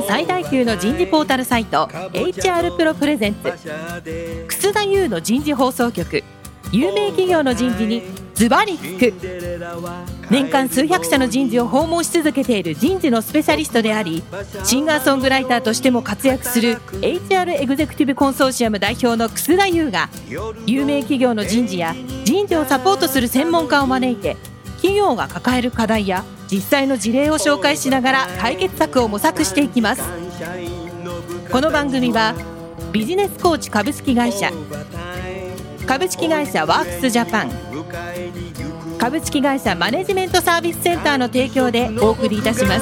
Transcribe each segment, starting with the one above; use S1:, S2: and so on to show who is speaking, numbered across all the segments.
S1: 最大級の人事ポータルサイト HR プロプレゼンツ楠田優の人事放送局。有名企業の人事にズバリ聞く。年間数百社の人事を訪問し続けている人事のスペシャリストであり、シンガーソングライターとしても活躍する HR エグゼクティブコンソーシアム代表の楠田優が、有名企業の人事や人事をサポートする専門家を招いて、企業が抱える課題や実際の事例を紹介しながら解決策を模索していきます。この番組はビジネスコーチ株式会社、株式会社ワークスジャパン、株式会社マネジメントサービスセンターの提供でお送りいたします。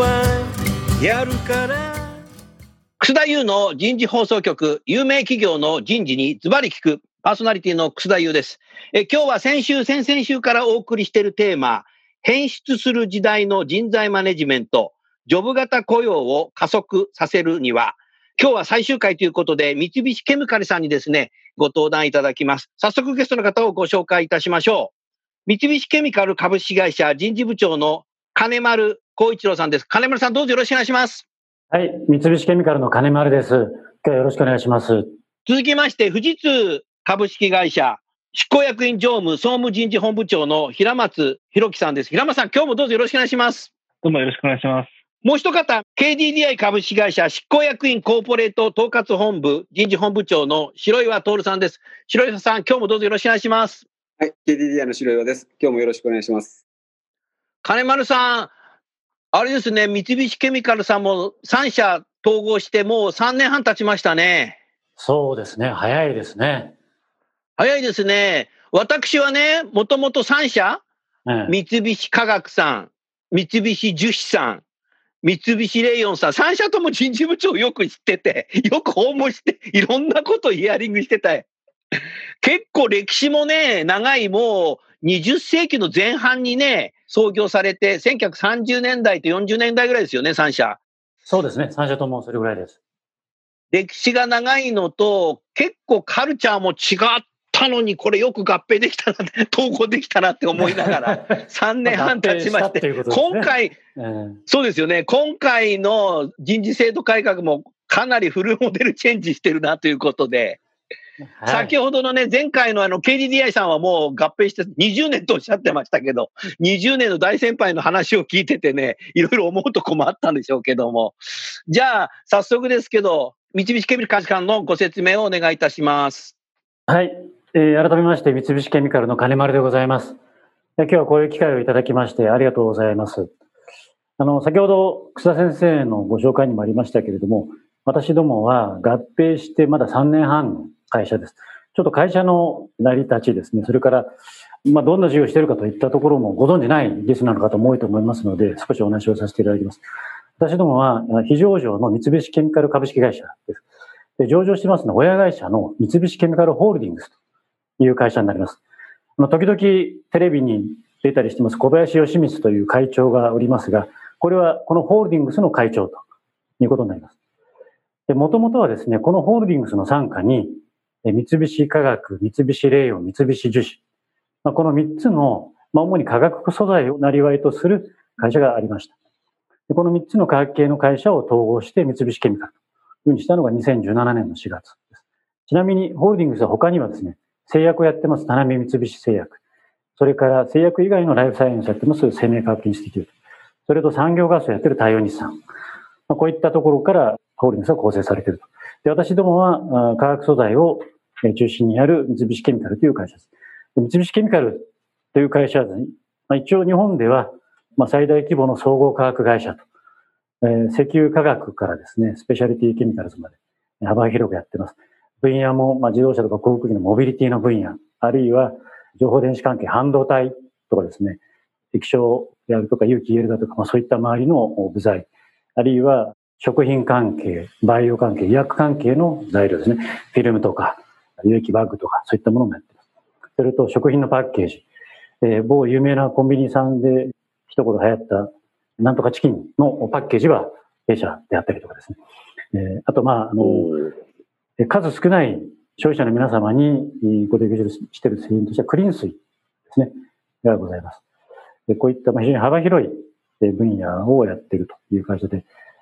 S2: 楠田優の人事放送局、有名企業の人事にズバリ聞く。パーソナリティの楠田優です。今日は先々週からお送りしているテーマ、変質する時代の人材マネジメント、ジョブ型雇用を加速させるには、今日は最終回ということで、三菱ケミカルさんにですね、ご登壇いただきます。早速ゲストの方をご紹介いたしましょう。三菱ケミカル株式会社人事部長の金丸光一郎さんです。金丸さん、どうぞよろしくお願いします。
S3: はい、三菱ケミカルの金丸です。今日はよろしくお願いします。
S2: 続きまして、富士通株式会社執行役員常務総務人事本部長の平松弘樹さんです。平松さん、今日もどうぞよろしくお願いします。
S4: どうもよろしくお願いします。
S2: もう一方、KDDI 株式会社執行役員コーポレート統括本部人事本部長の白岩徹さんです。白岩さん、今日もどうぞよろしくお願いします。
S5: はい、KDDI の白岩です。今日もよろしくお願いします。
S2: 金丸さん、あれですね、三菱ケミカルさんも3社統合してもう3年半経ちましたね。
S3: そうですね、早いですね。
S2: 早いですね。私はね、もともと3社、三菱化学さん、三菱樹脂さん、三菱レイヨンさん、3社とも人事部長よく知ってて、よく訪問して、いろんなことをヒアリングしてた。結構歴史もね、長い、もう20世紀の前半にね、創業されて、1930年代と40年代ぐらいですよね、3社。
S3: そうですね、3社ともそれぐらいです。
S2: 歴史が長いのと、結構カルチャーも違ったのに、これよく合併できたな、統合できたなって思いながら、3年半経ちまして、今回、そうですよね、今回の人事制度改革もかなりフルモデルチェンジしてるなということで、はい、先ほどのね、前回のKDDI さんはもう合併して20年とおっしゃってましたけど、20年の大先輩の話を聞いててね、いろいろ思うとこもあったんでしょうけども。じゃあ、早速ですけど、三菱ケミカルさんのご説明をお願いいたします。
S3: はい、改めまして三菱ケミカルの金丸でございます。今日はこういう機会をいただきましてありがとうございます。先ほど楠田先生のご紹介にもありましたけれども、私どもは合併してまだ3年半の会社です。ちょっと会社の成り立ちですね、それから、どんな事業をしているかといったところもご存じないリスナーの方も多いと思いますので、少しお話をさせていただきます。私どもは非上場の三菱ケミカル株式会社です。で、上場してますのは親会社の三菱ケミカルホールディングスという会社になります。時々テレビに出たりしてます小林義光という会長がおりますが、これはこのホールディングスの会長ということになります。で、もともとはですね、このホールディングスの傘下に三菱化学、三菱レイヨン、三菱樹脂、この3つの、主に化学素材を生業とする会社がありました。で、この3つの化学系の会社を統合して三菱ケミカルというふうにしたのが2017年の4月です。ちなみにホールディングスは他にはですね、製薬をやってます田辺三菱製薬、それから製薬以外のライフサイエンスをやってます生命科学インスティテュート、それと産業ガスをやってる太陽日産、こういったところからホールディングスが構成されていると。で、私どもは化学素材を中心にある三菱ケミカルという会社です。で、三菱ケミカルという会社はですね、一応日本では最大規模の総合化学会社と、石油化学からですね、スペシャリティケミカルズまで幅広くやってます。分野も自動車とか航空機のモビリティの分野、あるいは情報電子関係、半導体とかですね、液晶であるとか有機 EL だとか、そういった周りの部材、あるいは食品関係、バイオ関係、医薬関係の材料ですね。フィルムとか、有機バッグとか、そういったものもやっています。それと食品のパッケージ。某有名なコンビニさんで一言流行ったなんとかチキンのパッケージは弊社であったりとかですね。あと、数少ない消費者の皆様にご提供している製品としてはクリーン水ですね。がございます。こういった非常に幅広い分野をやっているという会社で、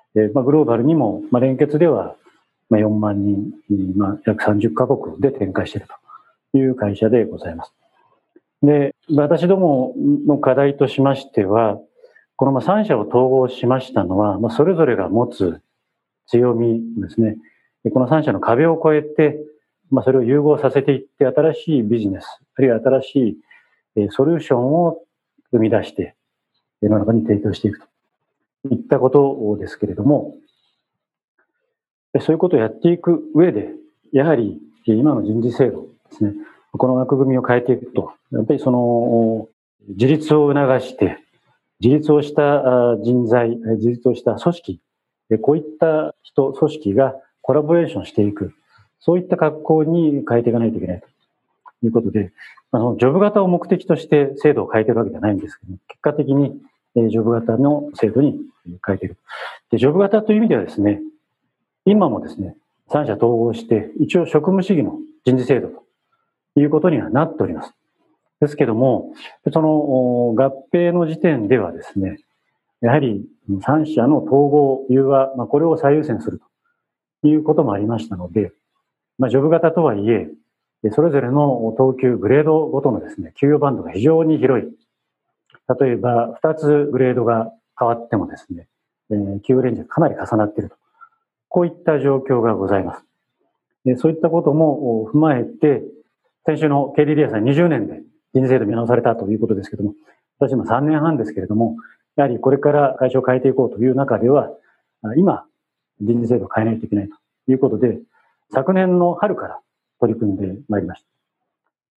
S3: グローバルにも、連結では4万人、約30カ国で展開しているという会社でございます。で、私どもの課題としましては、この3社を統合しましたのは、それぞれが持つ強みですね。この3社の壁を越えて、それを融合させていって、新しいビジネス、あるいは新しいソリューションを生み出して、世の中に提供していくといったことですけれども、そういうことをやっていく上で、やはり今の人事制度ですね、この枠組みを変えていくと、やっぱりその自立を促して、自立をした人材、自立をした組織、こういった人、組織がコラボレーションしていく、そういった格好に変えていかないといけないということで、ジョブ型を目的として制度を変えているわけじゃないんですけど、結果的にジョブ型の制度に変えている。で、ジョブ型という意味ではですね、今もですね、3社統合して、一応職務主義の人事制度ということにはなっております。ですけども、その合併の時点ではですね、やはり3社の統合、融和、これを最優先するということもありましたので、ジョブ型とはいえ、それぞれの等級、グレードごとのですね、給与バンドが非常に広い。例えば、2つグレードが変わってもですね、給与レンジがかなり重なっていると。こういった状況がございます。そういったことも踏まえて、先週の KDDI さん20年で人事制度見直されたということですけども、私も3年半ですけれども、やはりこれから会社を変えていこうという中では、今、人事制度を変えないといけないということで、昨年の春から取り組んでまいりました。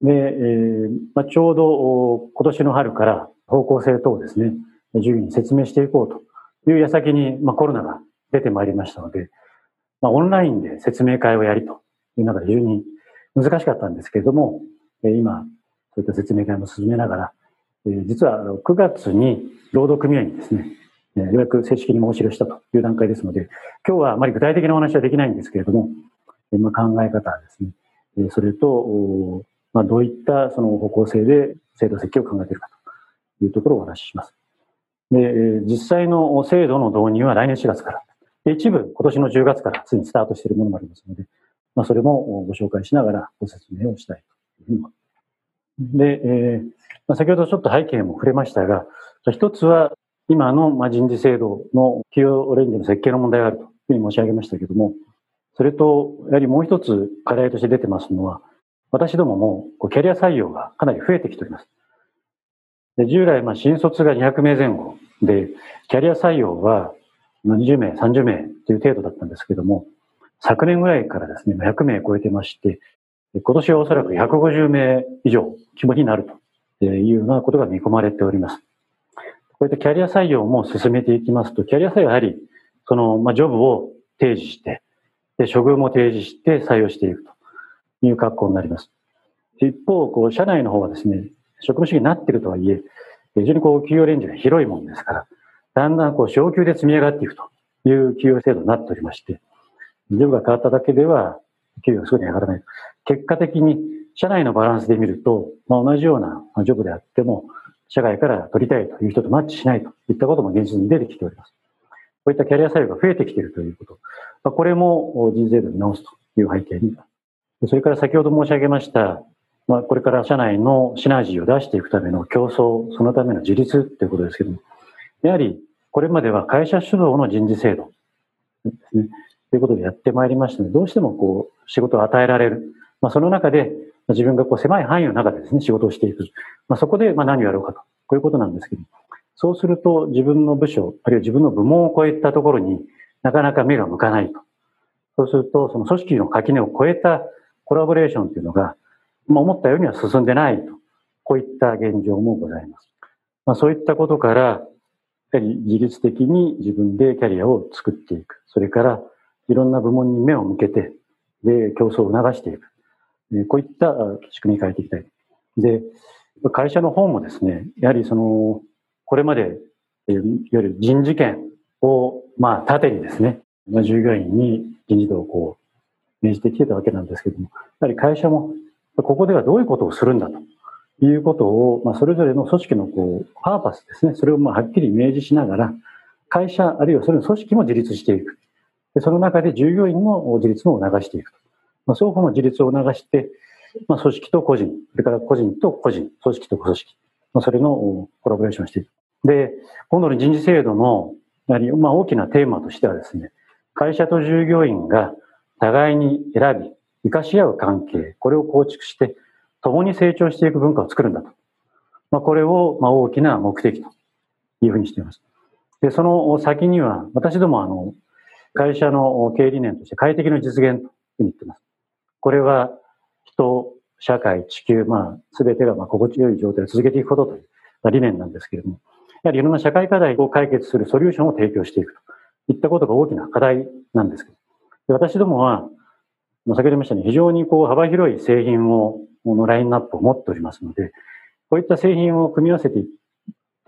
S3: で、ちょうど今年の春から方向性等をですね、従業員に説明していこうという矢先に、コロナが出てまいりましたので、オンラインで説明会をやりという中で非常に難しかったんですけれども、今、そういった説明会も進めながら、実は9月に労働組合にですね、ようやく正式に申し入れをしたという段階ですので、今日はあまり具体的なお話はできないんですけれども、考え方ですね、それと、どういったその方向性で制度設計を考えているかというところをお話しします。で、実際の制度の導入は来年4月から、一部今年の10月からすでにスタートしているものもありますので、それもご紹介しながらご説明をしたいというふうに思います。で、先ほどちょっと背景も触れましたが、一つは今の人事制度の給与レンジの設計の問題があるというふうに申し上げましたけれども、それと、やはりもう一つ課題として出てますのは、私どももキャリア採用がかなり増えてきております。で、従来、新卒が200名前後で、キャリア採用は20名、30名という程度だったんですけども、昨年ぐらいからですね、100名超えてまして、今年はおそらく150名以上規模になるというようなことが見込まれております。こういったキャリア採用も進めていきますと、キャリア採用はやはり、その、ジョブを提示して、で、処遇も提示して採用していくという格好になります。一方、社内の方はですね、職務主義になっているとはいえ、非常に給与レンジが広いものですから、だんだん昇給で積み上がっていくという給与制度になっておりまして、ジョブが変わっただけでは給与がすぐに上がらない。結果的に社内のバランスで見ると、同じようなジョブであっても、社外から取りたいという人とマッチしないといったことも現実に出てきております。こういったキャリア採用が増えてきているということ。これも人事制度に直すという背景に。それから先ほど申し上げました、これから社内のシナジーを出していくための競争、そのための自立ということですけども、やはりこれまでは会社主導の人事制度ですね、ということでやってまいりましたので、どうしても仕事を与えられる。その中で自分が狭い範囲の中でですね、仕事をしていく。そこで何をやろうかと。こういうことなんですけど、そうすると自分の部署、あるいは自分の部門を超えたところになかなか目が向かないと。そうすると、その組織の垣根を超えたコラボレーションというのが、思ったようには進んでないと。こういった現状もございます。そういったことから、やはり自律的に自分でキャリアを作っていく。それから、いろんな部門に目を向けて、で、競争を促していく。こういった仕組みに変えていきたい。で、会社の方もですね、やはりこれまで、いわゆる人事権を、盾にですね、従業員に人事度を命じてきてたわけなんですけども、やはり会社も、ここではどういうことをするんだということを、それぞれの組織のパーパスですね、それをはっきり明示しながら、 会社あるいはそれの組織も自立していく。でその中で従業員の自立も促していくと。双方の自立を促して、組織と個人、それから個人と個人、組織と組織、それのコラボレーションをしていく。で、今度の人事制度のやはり大きなテーマとしてはですね、会社と従業員が互いに選び、生かし合う関係、これを構築して、共に成長していく文化を作るんだと。これを大きな目的というふうにしています。で、その先には、私ども会社の経営理念として快適の実現というふうに言っています。これは人、社会、地球、すべてが心地よい状態を続けていくことという理念なんですけれども、やはりいろんな社会課題を解決するソリューションを提供していくといったことが大きな課題なんですけど、私どもは、先ほど言いましたように非常に幅広い製品のラインナップを持っておりますので、こういった製品を組み合わせていって、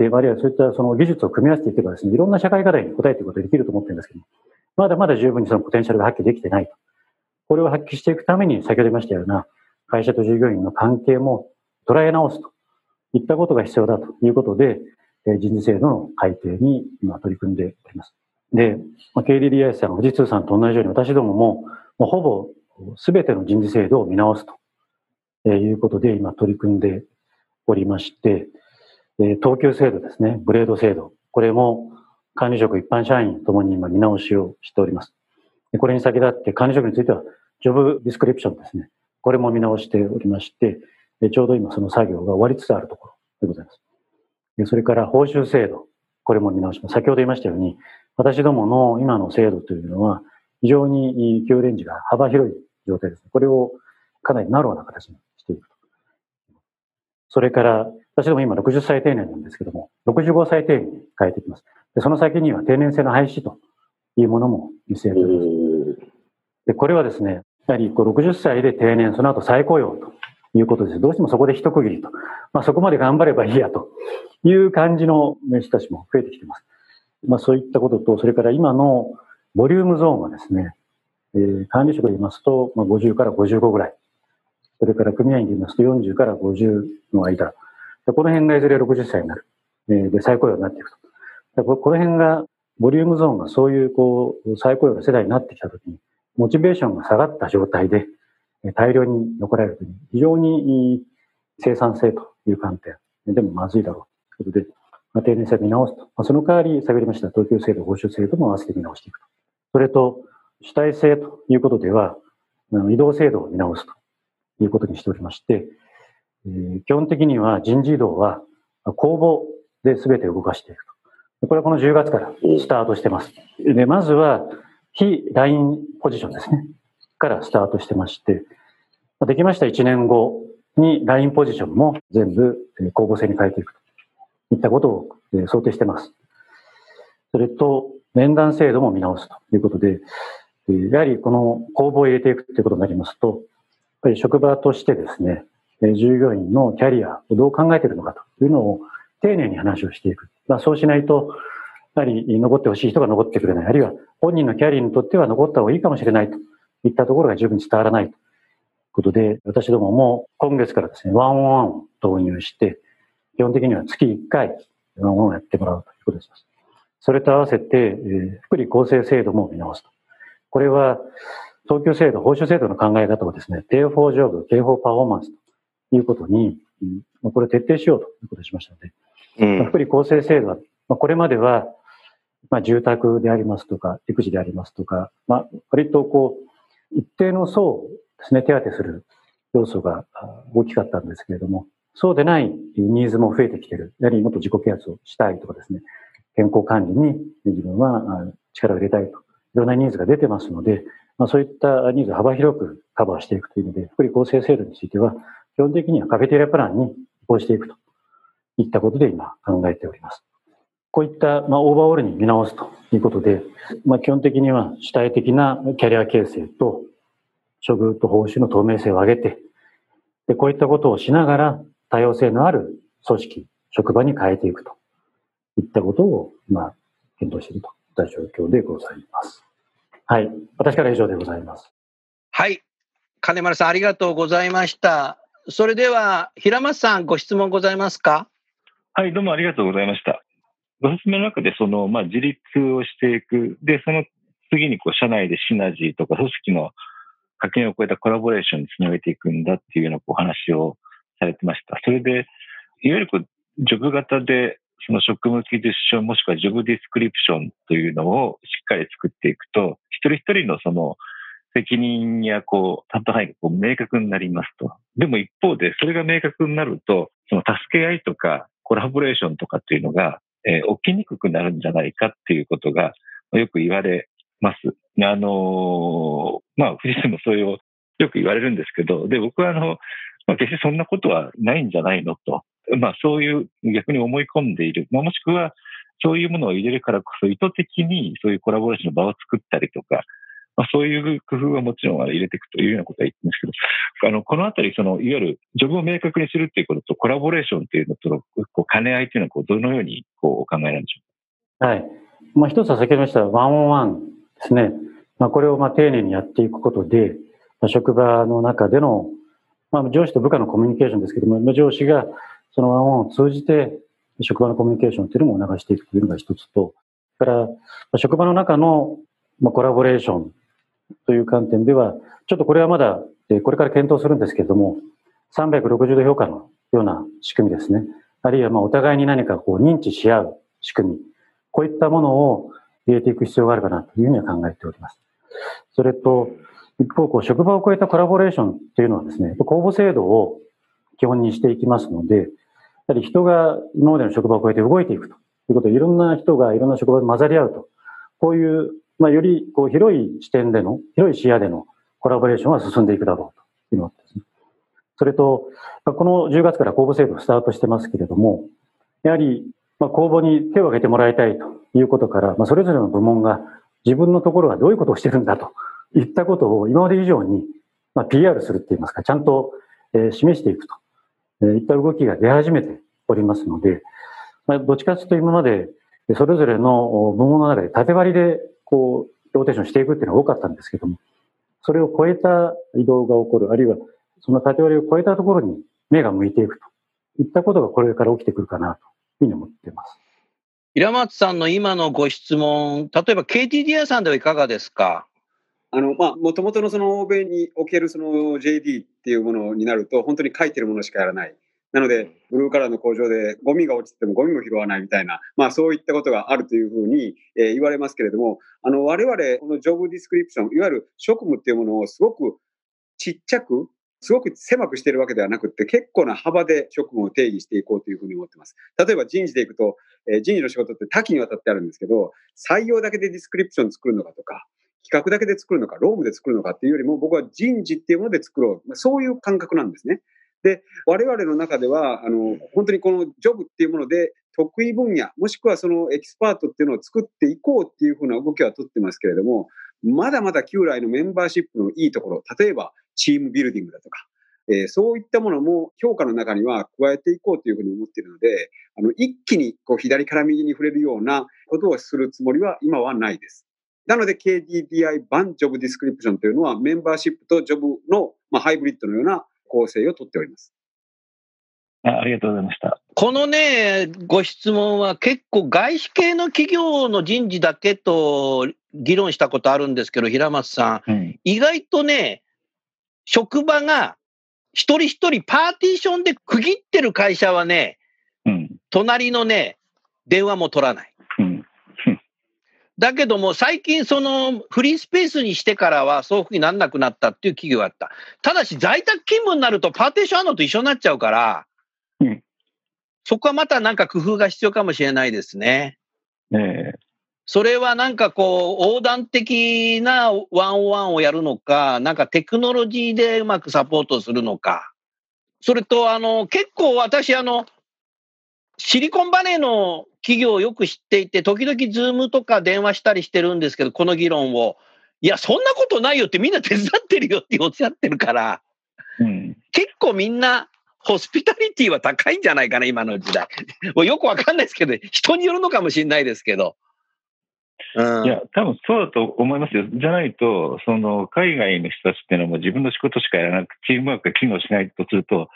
S3: あるいはそういったその技術を組み合わせていけばですね、いろんな社会課題に応えていくことができると思っているんですけども、まだまだ十分にそのポテンシャルが発揮できてないと。これを発揮していくために、先ほど言いましたような会社と従業員の関係も捉え直すといったことが必要だということで、人事制度の改定に今取り組んでおります。で、KDDI さん、富士通さんと同じように私どももほぼ全ての人事制度を見直すということで今取り組んでおりまして、等級制度ですね、グレード制度、これも管理職、一般社員ともに今見直しをしております。これに先立って管理職については、ジョブディスクリプションですね、これも見直しておりまして、ちょうど今その作業が終わりつつあるところでございます。それから報酬制度、これも見直します。先ほど言いましたように、私どもの今の制度というのは、非常に給与レンジが幅広い状態ですね。これをかなりナローな形にしていくと。それから、私ども今60歳定年なんですけども、65歳定年に変えていきます。でその先には定年制の廃止というものも見据えております。で、これはですね、やはり60歳で定年、その後再雇用ということです。どうしてもそこで一区切りと。そこまで頑張ればいいやという感じの人たちも増えてきています。そういったことと、それから今のボリュームゾーンはですね、管理職で言いますと、50から55ぐらい。それから組合員で言いますと40から50の間。この辺がいずれ60歳になる。で、再雇用になっていくと。この辺が、ボリュームゾーンがそういう再雇用の世代になってきたときに、モチベーションが下がった状態で大量に残られるときに、非常に生産性という観点でもまずいだろうということで、定年制を見直すと。その代わり、先ほど言いました等級制度、報酬制度も合わせて見直していくと。それと、主体制ということでは、移動制度を見直すということにしておりまして、基本的には人事異動は公募で全て動かしていくと。これはこの10月からスタートしてます。で、まずは非ラインポジションですね。からスタートしてまして、できました1年後にラインポジションも全部公募制に変えていくといったことを想定してます。それと、面談制度も見直すということで、やはりこの公募を入れていくということになりますと、やっぱり職場としてですね、従業員のキャリアをどう考えているのかというのを丁寧に話をしていく。そうしないと、やはり残ってほしい人が残ってくれない。あるいは本人のキャリアにとっては残った方がいいかもしれないといったところが十分に伝わらないということで、私どもも今月からですね、ワンオンワンを導入して、基本的には月1回ワンオンをやってもらうということです。それと合わせて、福利厚生制度も見直すと。これは、等級制度、報酬制度の考え方をですね、Pay for Job、Pay for Performance ということに、これを徹底しようということをしましたので、福利厚生制度は、これまでは、住宅でありますとか、育児でありますとか、割と一定の層ですね、手当てする要素が大きかったんですけれども、そうでないニーズも増えてきている。やはりもっと自己啓発をしたいとかですね、健康管理に自分は力を入れたいと。いろんなニーズが出てますので、そういったニーズを幅広くカバーしていくという意味で、福利厚生制度については、基本的にはカフェテリアプランに移行していくといったことで今考えております。こういったオーバーオールに見直すということで、基本的には主体的なキャリア形成と処遇と報酬の透明性を上げて、でこういったことをしながら多様性のある組織、職場に変えていくといったことを今検討しているといった状況でございます。はい。私から以上でございます。
S2: はい。金丸さん、ありがとうございました。それでは、平松さん、ご質問ございますか？
S4: はい、どうもありがとうございました。 おすすめの中で自立をしていく。で、その次に社内でシナジーとか組織の垣根を越えたコラボレーションにつなげていくんだっていうようなお話をされてました。それで、いわゆるジョブ型で、その職務記述書もしくはジョブディスクリプションというのをしっかり作っていくと、一人一人の責任や担当範囲が明確になりますと。でも一方で、それが明確になると、助け合いとかコラボレーションとかっていうのが、起きにくくなるんじゃないかっていうことがよく言われます。富士山もそれをよく言われるんですけど、で、僕は決してそんなことはないんじゃないのと。そういう逆に思い込んでいる。もしくは、そういうものを入れるからこそ意図的にそういうコラボレーションの場を作ったりとか、そういう工夫はもちろん入れていくというようなことは言ってるんですけど、このあたり、いわゆるジョブを明確にするっていうこととコラボレーションっていうのと、兼ね合いっていうのはどのようにお考えなんでしょうか。
S3: はい。一つは先ほど言いましたワンオンワンですね。これを丁寧にやっていくことで、職場の中での、上司と部下のコミュニケーションですけども、上司がそのワンオンワンを通じて職場のコミュニケーションというのも促していくというのが一つと、それから職場の中のコラボレーションという観点では、ちょっとこれはまだこれから検討するんですけれども、360度評価のような仕組みですね。あるいはお互いに何か認知し合う仕組み。こういったものを入れていく必要があるかなというふうには考えております。それと、一方、職場を超えたコラボレーションというのはですね、公募制度を基本にしていきますので、やはり人が今までの職場を超えて動いていくということで、いろんな人がいろんな職場で混ざり合うと。こういう、より広い視点での、広い視野でのコラボレーションは進んでいくだろうというのですね。それと、この10月から公募制度スタートしてますけれども、やはり、公募に手を挙げてもらいたいということから、それぞれの部門が自分のところがどういうことをしてるんだといったことを今まで以上に、PR するって言いますか、ちゃんと示していくといった動きが出始めておりますので、どっちかというと今までそれぞれの部門の中で縦割りでローテーションしていくっていうのが多かったんですけども、それを超えた移動が起こる、あるいはその縦割りを超えたところに目が向いていくといったことがこれから起きてくるかなというふうに思っています。
S2: 平松さんの今のご質問、例えば KTDI さんではいかがですか？
S5: もともとのその欧米におけるその JD っていうものになると、本当に書いてるものしかやらない。なので、ブルーカラーの工場でゴミが落ちてもゴミも拾わないみたいな、そういったことがあるというふうに言われますけれども、我々、このジョブディスクリプション、いわゆる職務っていうものをすごくちっちゃく、すごく狭くしているわけではなくて、結構な幅で職務を定義していこうというふうに思っています。例えば人事でいくと、人事の仕事って多岐にわたってあるんですけど、採用だけでディスクリプション作るのかとか、企画だけで作るのか、労務で作るのかっていうよりも、僕は人事っていうもので作ろう。そういう感覚なんですね。で、我々の中では、本当にこのジョブっていうもので、得意分野、もしくはそのエキスパートっていうのを作っていこうっていうふうな動きは取ってますけれども、まだまだ旧来のメンバーシップのいいところ、例えばチームビルディングだとか、そういったものも評価の中には加えていこうというふうに思っているので、一気に左から右に触れるようなことをするつもりは今はないです。なので KDDI 版ジョブディスクリプションというのはメンバーシップとジョブの、ハイブリッドのような構成をとっております。
S4: ありがとうございました。
S2: このね、ご質問は結構外資系の企業の人事だけと議論したことあるんですけど、平松さん、意外とね、職場が一人一人パーティションで区切ってる会社はね、隣のね、電話も取らない。だけども最近そのフリースペースにしてからはそういうふうにならなくなったっていう企業があった。ただし在宅勤務になるとパーテーションあるのと一緒になっちゃうから、そこはまたなんか工夫が必要かもしれないですね。それはなんか横断的なワンオンワンをやるのか、なんかテクノロジーでうまくサポートするのか。それと結構私シリコンバレーの企業をよく知っていて、時々ズームとか電話したりしてるんですけど、この議論を。いや、そんなことないよってみんな手伝ってるよっておっしゃってるから、結構みんなホスピタリティは高いんじゃないかな、今の時代。よくわかんないですけど、人によるのかもしれないですけど。
S4: いや、多分そうだと思いますよ。じゃないと、海外の人たちっていうのはもう自分の仕事しかやらなく、チームワークが機能しないとすると、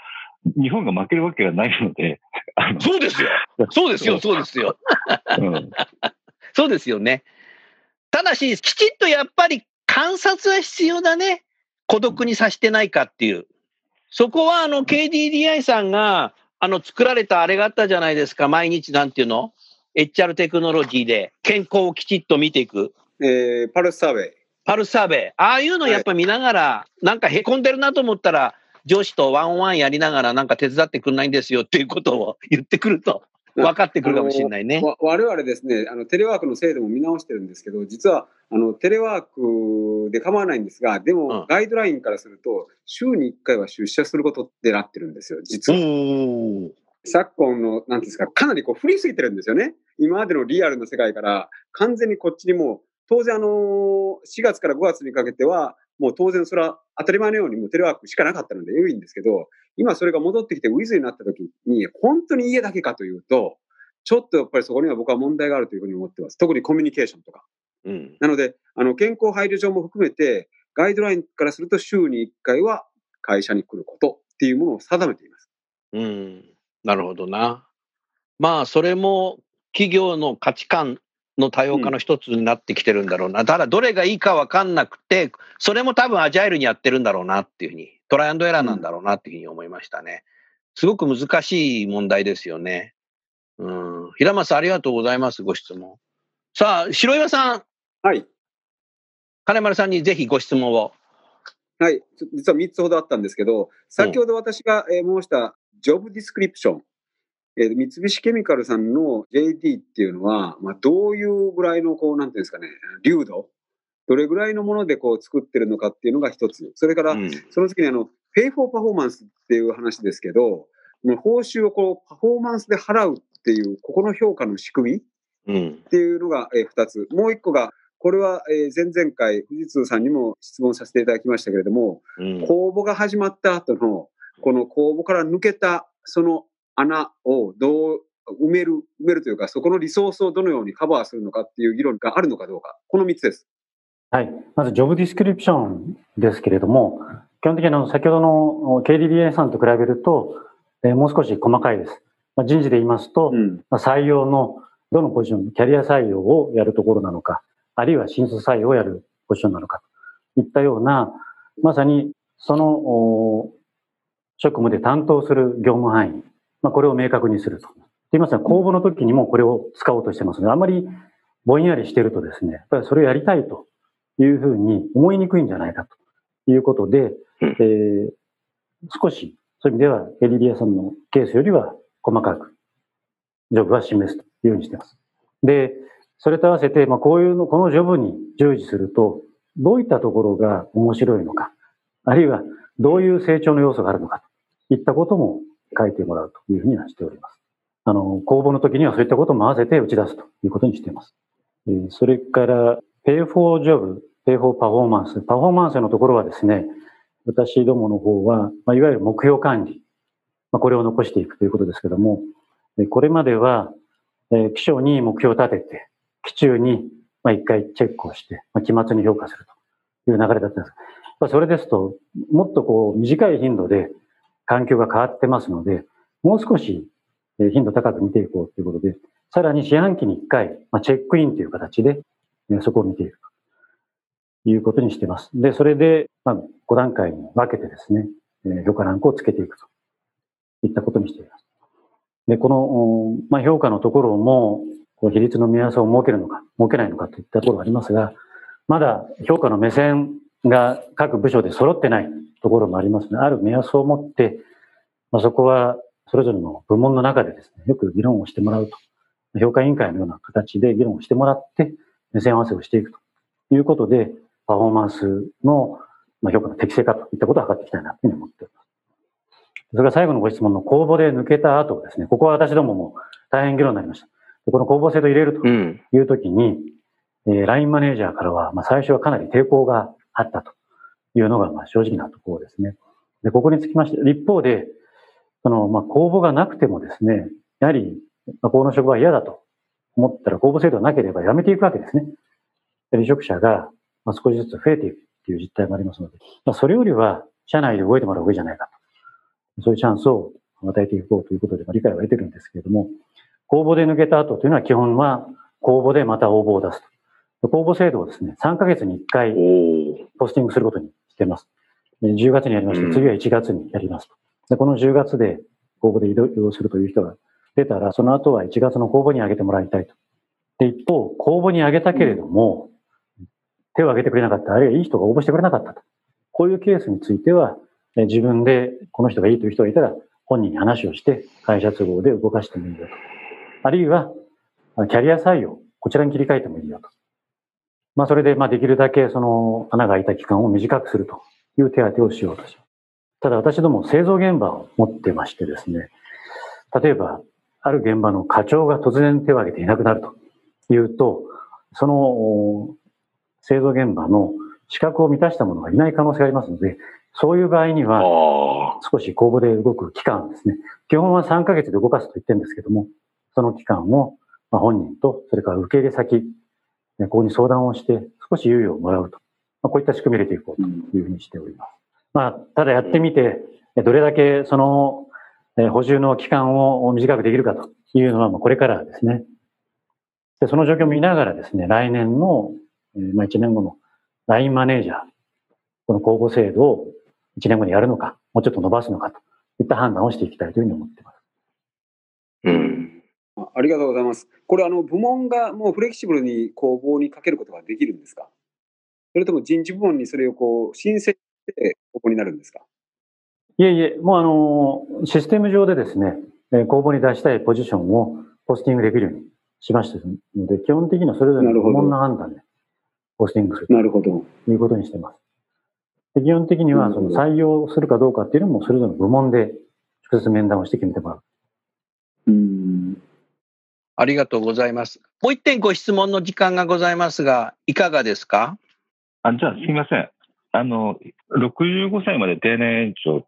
S4: 日本が負けるわけがないので。
S2: そうですよ。そうですよ。そうですよ。そうですよね。ただし、きちっとやっぱり観察は必要だね。孤独にさせてないかっていう。そこはKDDI さんが作られたあれがあったじゃないですか。毎日なんていうの？ HR テクノロジーで健康をきちっと見ていく。
S5: パルスサーベイ。
S2: パルスサーベイ。ああいうのやっぱ見ながら、なんかへこんでるなと思ったら、上司とワンオンワンやりながらなんか手伝ってくんないんですよっていうことを言ってくると分かってくるかもしれないね。
S5: 我々ですね、テレワークの制度も見直してるんですけど、実はテレワークで構わないんですが、でもガイドラインからすると、週に1回は出社することってなってるんですよ、実は。昨今の、なんていうんですか、かなり振りすぎてるんですよね。今までのリアルな世界から完全にこっちにもう、当然4月から5月にかけては、もう当然それは当たり前のようにもうテレワークしかなかったので良いんですけど、今それが戻ってきてウィズになった時に、本当に家だけかというと、ちょっとやっぱりそこには僕は問題があるというふうに思ってます。特にコミュニケーションとか。なので、健康配慮上も含めて、ガイドラインからすると週に1回は会社に来ることっていうものを定めています。
S2: なるほどな。まあ、それも企業の価値観の多様化の一つになってきてるんだろうな。ただ、どれがいいか分かんなくて、それも多分アジャイルにやってるんだろうなっていうふうに、トライアンドエラーなんだろうなっていうふうに思いましたね。すごく難しい問題ですよね。平松さん、ありがとうございます。ご質問。さあ、白岩さん。
S5: はい。
S2: 金丸さんにぜひご質問を。
S5: はい。実は3つほどあったんですけど、先ほど私が申したジョブディスクリプション。三菱ケミカルさんの JD っていうのは、どういうぐらいの、なんていうんですかね、流度、どれぐらいのもので作ってるのかっていうのが一つ。それから、その次にPay for Performance っていう話ですけど、報酬をパフォーマンスで払うっていう、ここの評価の仕組みっていうのが二つ。もう一個が、これは前々回、富士通さんにも質問させていただきましたけれども、公募が始まった後の、この公募から抜けた、その穴をどう埋めるというか、そこのリソースをどのようにカバーするのかっていう議論があるのかどうか、この3つです。
S3: はい。まず、ジョブディスクリプションですけれども、基本的に先ほどの KDDI さんと比べると、もう少し細かいです。人事で言いますと、採用のどのポジション、キャリア採用をやるところなのか、あるいは新卒採用をやるポジションなのかといったような、まさにその職務で担当する業務範囲、これを明確にすると。言いますのは、公募の時にもこれを使おうとしてますので、あまりぼんやりしてるとですね、やっぱりそれをやりたいというふうに思いにくいんじゃないかということで、少しそういう意味では KDDI さんのケースよりは細かくジョブは示すというようにしています。で、それと合わせて、このジョブに従事すると、どういったところが面白いのか、あるいはどういう成長の要素があるのかといったことも書いてもらうというふうにはしております。公募の時にはそういったことも合わせて打ち出すということにしています。それから、Pay for Job、Pay for Performance。パフォーマンスのところはですね、私どもの方は、いわゆる目標管理。これを残していくということですけども、これまでは、期初に目標を立てて、期中に一回チェックをして、期末に評価するという流れだったんです。それですと、もっと短い頻度で環境が変わってますので、もう少し頻度高く見ていこうということで、さらに四半期に1回、チェックインという形で、そこを見ていくということにしています。で、それで、5段階に分けてですね、評価ランクをつけていくといったことにしています。で、この、評価のところも、比率の目安を設けるのか、設けないのかといったところがありますが、まだ評価の目線が各部署で揃ってないところもありますので、ある目安を持って、そこはそれぞれの部門の中でですね、よく議論をしてもらうと。評価委員会のような形で議論をしてもらって、目線合わせをしていくということで、パフォーマンスの評価の適正化といったことを図っていきたいなというふうに思っています。それから最後のご質問の公募で抜けた後ですね、ここは私どもも大変議論になりました。この公募制度を入れるというときに、ラインマネージャーからは、最初はかなり抵抗があったというのが正直なところですね。で、ここにつきまして、一方で、公募がなくてもですね、やはり、この職場は嫌だと思ったら公募制度がなければ辞めていくわけですね。離職者が少しずつ増えていくという実態もありますので、それよりは社内で動いてもらう方がいいじゃないかそういうチャンスを与えていこうということで理解は得てるんですけれども、公募で抜けた後というのは基本は公募でまた応募を出すと。公募制度をですね、3ヶ月に1回ポスティングすることにしています。10月にやりまして、次は1月にやりますと。で、この10月で公募で移動するという人が出たら、その後は1月の公募に上げてもらいたいと。で、一方、公募に上げたけれども、手を挙げてくれなかった、あるいはいい人が応募してくれなかったと。こういうケースについては、自分でこの人がいいという人がいたら、本人に話をして会社都合で動かしてもいいよと。あるいは、キャリア採用、こちらに切り替えてもいいよと。それで、できるだけその穴が開いた期間を短くするという手当てをしようとします。ただ私ども製造現場を持ってましてですね、例えば、ある現場の課長が突然手を挙げていなくなるというと、その製造現場の資格を満たした者がいない可能性がありますので、そういう場合には、少し公募で動く期間ですね。基本は3ヶ月で動かすと言ってるんですけども、その期間を本人と、それから受け入れ先、ここに相談をして、少し猶予をもらうと。こういった仕組みを入れていこうというふうにしております。ただやってみて、どれだけその補充の期間を短くできるかというのは、これからですね。で、その状況を見ながらですね、来年の、1年後のラインマネージャー、この公募制度を1年後にやるのか、もうちょっと伸ばすのかといった判断をしていきたいというふうに思っています。
S5: ありがとうございます。これ部門がもうフレキシブルに公募にかけることができるんですか？それとも人事部門にそれを申請して公募になるんですか？
S3: いえいえ、もうシステム上でですね、公募に出したいポジションをポスティングできるようにしましたので、基本的にはそれぞれの部門の判断でポスティングするということにしています。で、基本的にはその採用するかどうかっていうのもそれぞれの部門で直接面談をして決めてもらう。
S2: ありがとうございます。もう一点ご質問の時間がございますが、いかがですか？
S4: じゃあすみません。65歳まで定年延長って、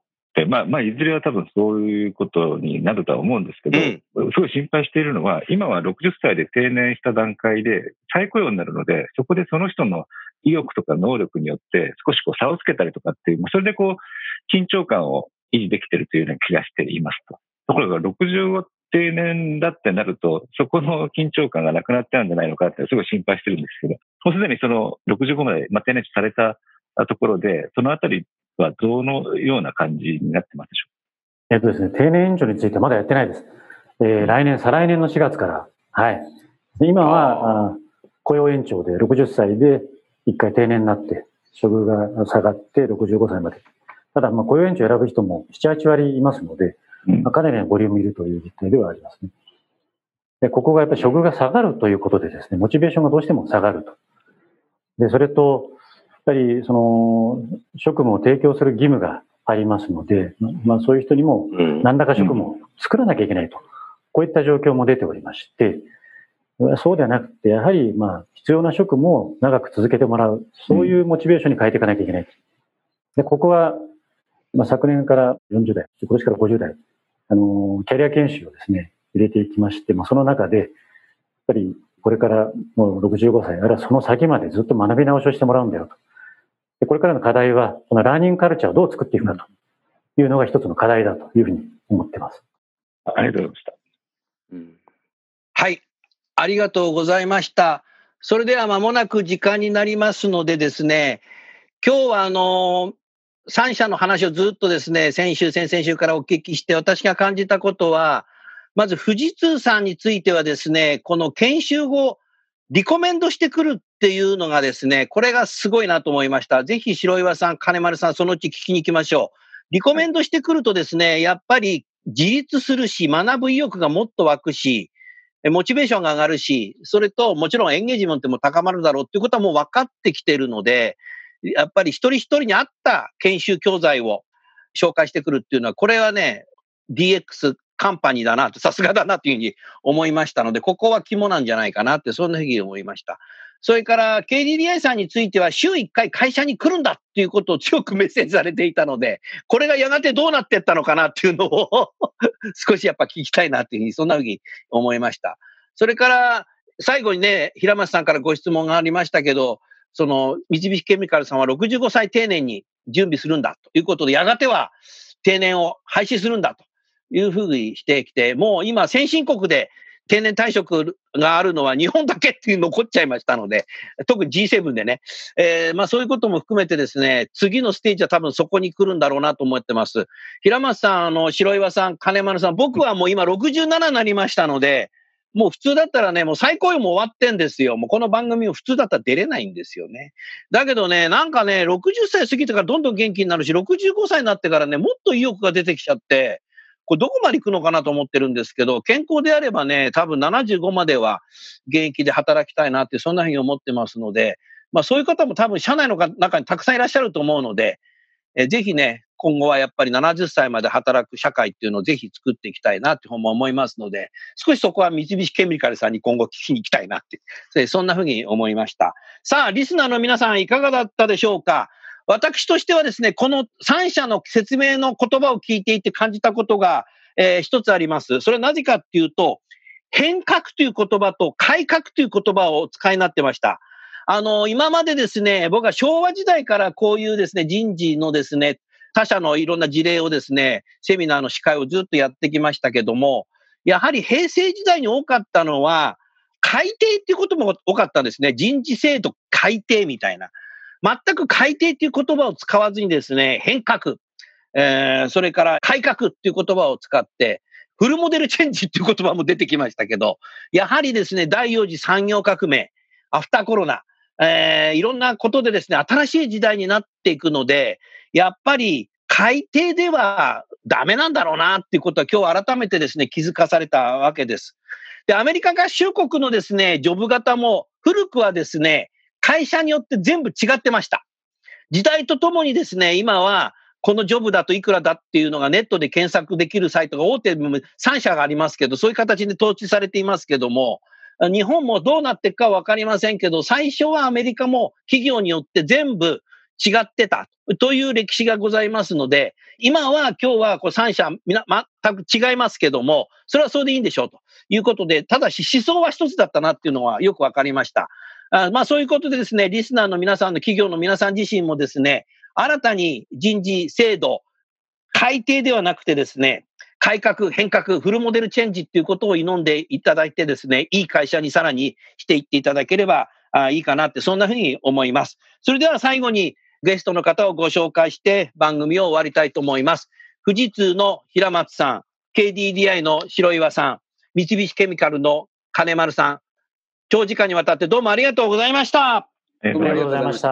S4: いずれは多分そういうことになるとは思うんですけど、すごい心配しているのは、今は60歳で定年した段階で再雇用になるので、そこでその人の意欲とか能力によって少し差をつけたりとかっていう、それで緊張感を維持できているというような気がしていますと。ところが65定年だってなると、そこの緊張感がなくなっちゃうんじゃないのかってすごい心配してるんですけど、もうすでにその65まで定年されたところで、そのあたりはどのような感じになってますでしょうか？
S3: ですね、定年延長についてはまだやってないです。来年、再来年の4月から、はい。今は雇用延長で60歳で1回定年になって、処遇が下がって65歳まで。ただ、雇用延長を選ぶ人も7、8割いますので、かなりのボリュームいるという実態ではありますね。で、ここがやっぱり処遇が下がるということでですね、モチベーションがどうしても下がると。で、それと、やっぱりその職務を提供する義務がありますので、そういう人にも何らか職務を作らなきゃいけないと。こういった状況も出ておりまして、そうではなくて、やはり必要な職務を長く続けてもらう、そういうモチベーションに変えていかなきゃいけない。で、ここは、昨年から40代、今年から50代、キャリア研修をですね、入れていきまして、その中で、やっぱりこれからもう65歳、あるいはその先までずっと学び直しをしてもらうんだよと。で、これからの課題は、このラーニングカルチャーをどう作っていくかというのが一つの課題だというふうに思っています。
S4: ありがとうございました。
S2: はい、ありがとうございました。それでは間もなく時間になりますのでですね、今日は3社の話をずっとですね、先々週からお聞きして、私が感じたことは、まず富士通さんについてはですね、この研修後、リコメンドしてくるっていうのがですね、これがすごいなと思いました。ぜひ白岩さん、金丸さん、そのうち聞きに行きましょう。リコメンドしてくるとですね、やっぱり自立するし、学ぶ意欲がもっと湧くし、モチベーションが上がるし、それともちろんエンゲージメントも高まるだろうっていうことはもう分かってきているので、やっぱり一人一人に合った研修教材を紹介してくるっていうのは、これはね、DX カンパニーだなと、さすがだなというふうに思いましたので、ここは肝なんじゃないかなって、そんなふうに思いました。それから KDDI さんについては週1回会社に来るんだっていうことを強くメッセージされていたので、これがやがてどうなっていったのかなっていうのを少しやっぱ聞きたいなっていうふうに、そんなふうに思いました。それから最後にね、平松さんからご質問がありましたけど、その三菱ケミカルさんは65歳定年に準備するんだということで、やがては定年を廃止するんだというふうにしてきて、もう今先進国で定年退職があるのは日本だけっていう残っちゃいましたので、特に G7 でね、そういうことも含めてですね、次のステージは多分そこに来るんだろうなと思ってます。平松さん、白岩さん、金丸さん、僕はもう今67になりましたので、もう普通だったらね、もう最高位も終わってんですよ。もうこの番組も普通だったら出れないんですよね。だけどね、なんかね、60歳過ぎてからどんどん元気になるし、65歳になってからね、もっと意欲が出てきちゃって、これどこまで行くのかなと思ってるんですけど、健康であればね、多分75までは現役で働きたいなって、そんなふうに思ってますので、そういう方も多分社内の中にたくさんいらっしゃると思うので、ぜひね、今後はやっぱり70歳まで働く社会っていうのをぜひ作っていきたいなって思いますので、少しそこは三菱ケミカルさんに今後聞きに行きたいなって、そんなふうに思いました。さあ、リスナーの皆さんいかがだったでしょうか。私としてはですね、この3社の説明の言葉を聞いていて感じたことが、一つあります。それはなぜかっていうと、変革という言葉と改革という言葉をお使いになってました。今までですね、僕は昭和時代からこういうですね、人事のですね、他社のいろんな事例をですね、セミナーの司会をずっとやってきましたけども、やはり平成時代に多かったのは、改定っていうことも多かったんですね。人事制度改定みたいな。全く改定っていう言葉を使わずにですね、変革、それから改革っていう言葉を使って、フルモデルチェンジっていう言葉も出てきましたけど、やはりですね、第4次産業革命、アフターコロナ、いろんなことでですね、新しい時代になっていくので、やっぱり改定ではダメなんだろうなっていうことは今日改めてですね、気づかされたわけです。で、アメリカ合衆国のですね、ジョブ型も古くはですね、会社によって全部違ってました。時代とともにですね、今はこのジョブだといくらだっていうのがネットで検索できるサイトが大手3社がありますけど、そういう形で統治されていますけども、日本もどうなっていくかわかりませんけど、最初はアメリカも企業によって全部違ってたという歴史がございますので、今は今日はこう3社全く違いますけども、それはそれでいいんでしょうということで、ただし思想は一つだったなっていうのはよくわかりました。そういうことでですね、リスナーの皆さんの企業の皆さん自身もですね、新たに人事制度、改定ではなくてですね、改革、変革、フルモデルチェンジっていうことを祈んでいただいてですね、いい会社にさらにしていっていただければいいかなって、そんなふうに思います。それでは最後にゲストの方をご紹介して番組を終わりたいと思います。富士通の平松さん、KDDI の白岩さん、三菱ケミカルの金丸さん、長時間にわたってどうもありがとうございました。
S3: ありがとうございました。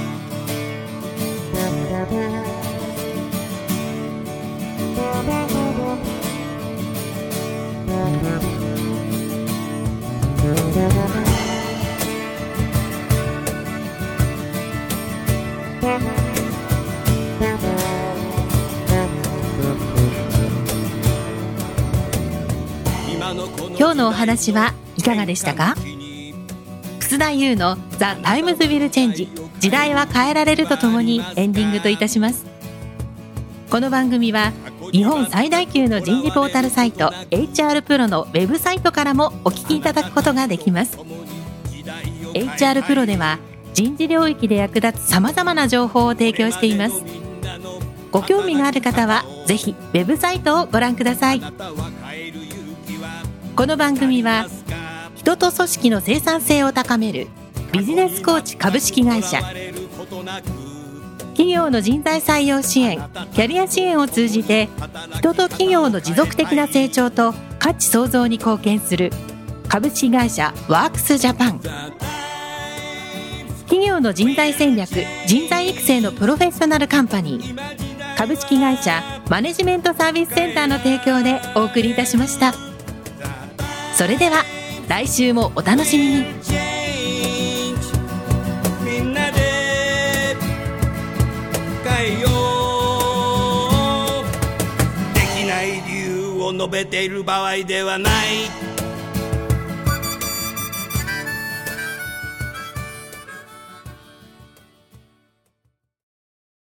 S1: 今日のお話はいかがでしたか？楠田優のザ・タイムズ・ウィル・チェンジ、時代は変えられるとともにエンディングといたします。この番組は日本最大級の人事ポータルサイト HR プロのウェブサイトからもお聞きいただくことができます。 HR プロでは人事領域で役立つさまざまな情報を提供しています。ご興味がある方はぜひウェブサイトをご覧ください。この番組は人と組織の生産性を高めるビジネスコーチ株式会社、企業の人材採用支援、キャリア支援を通じて人と企業の持続的な成長と価値創造に貢献する株式会社ワークスジャパン、企業の人材戦略、人材育成のプロフェッショナルカンパニー株式会社マネジメントサービスセンターの提供でお送りいたしました。それでは来週もお楽しみに。
S6: みんなで変えよう。できない理由を述べている場合ではない。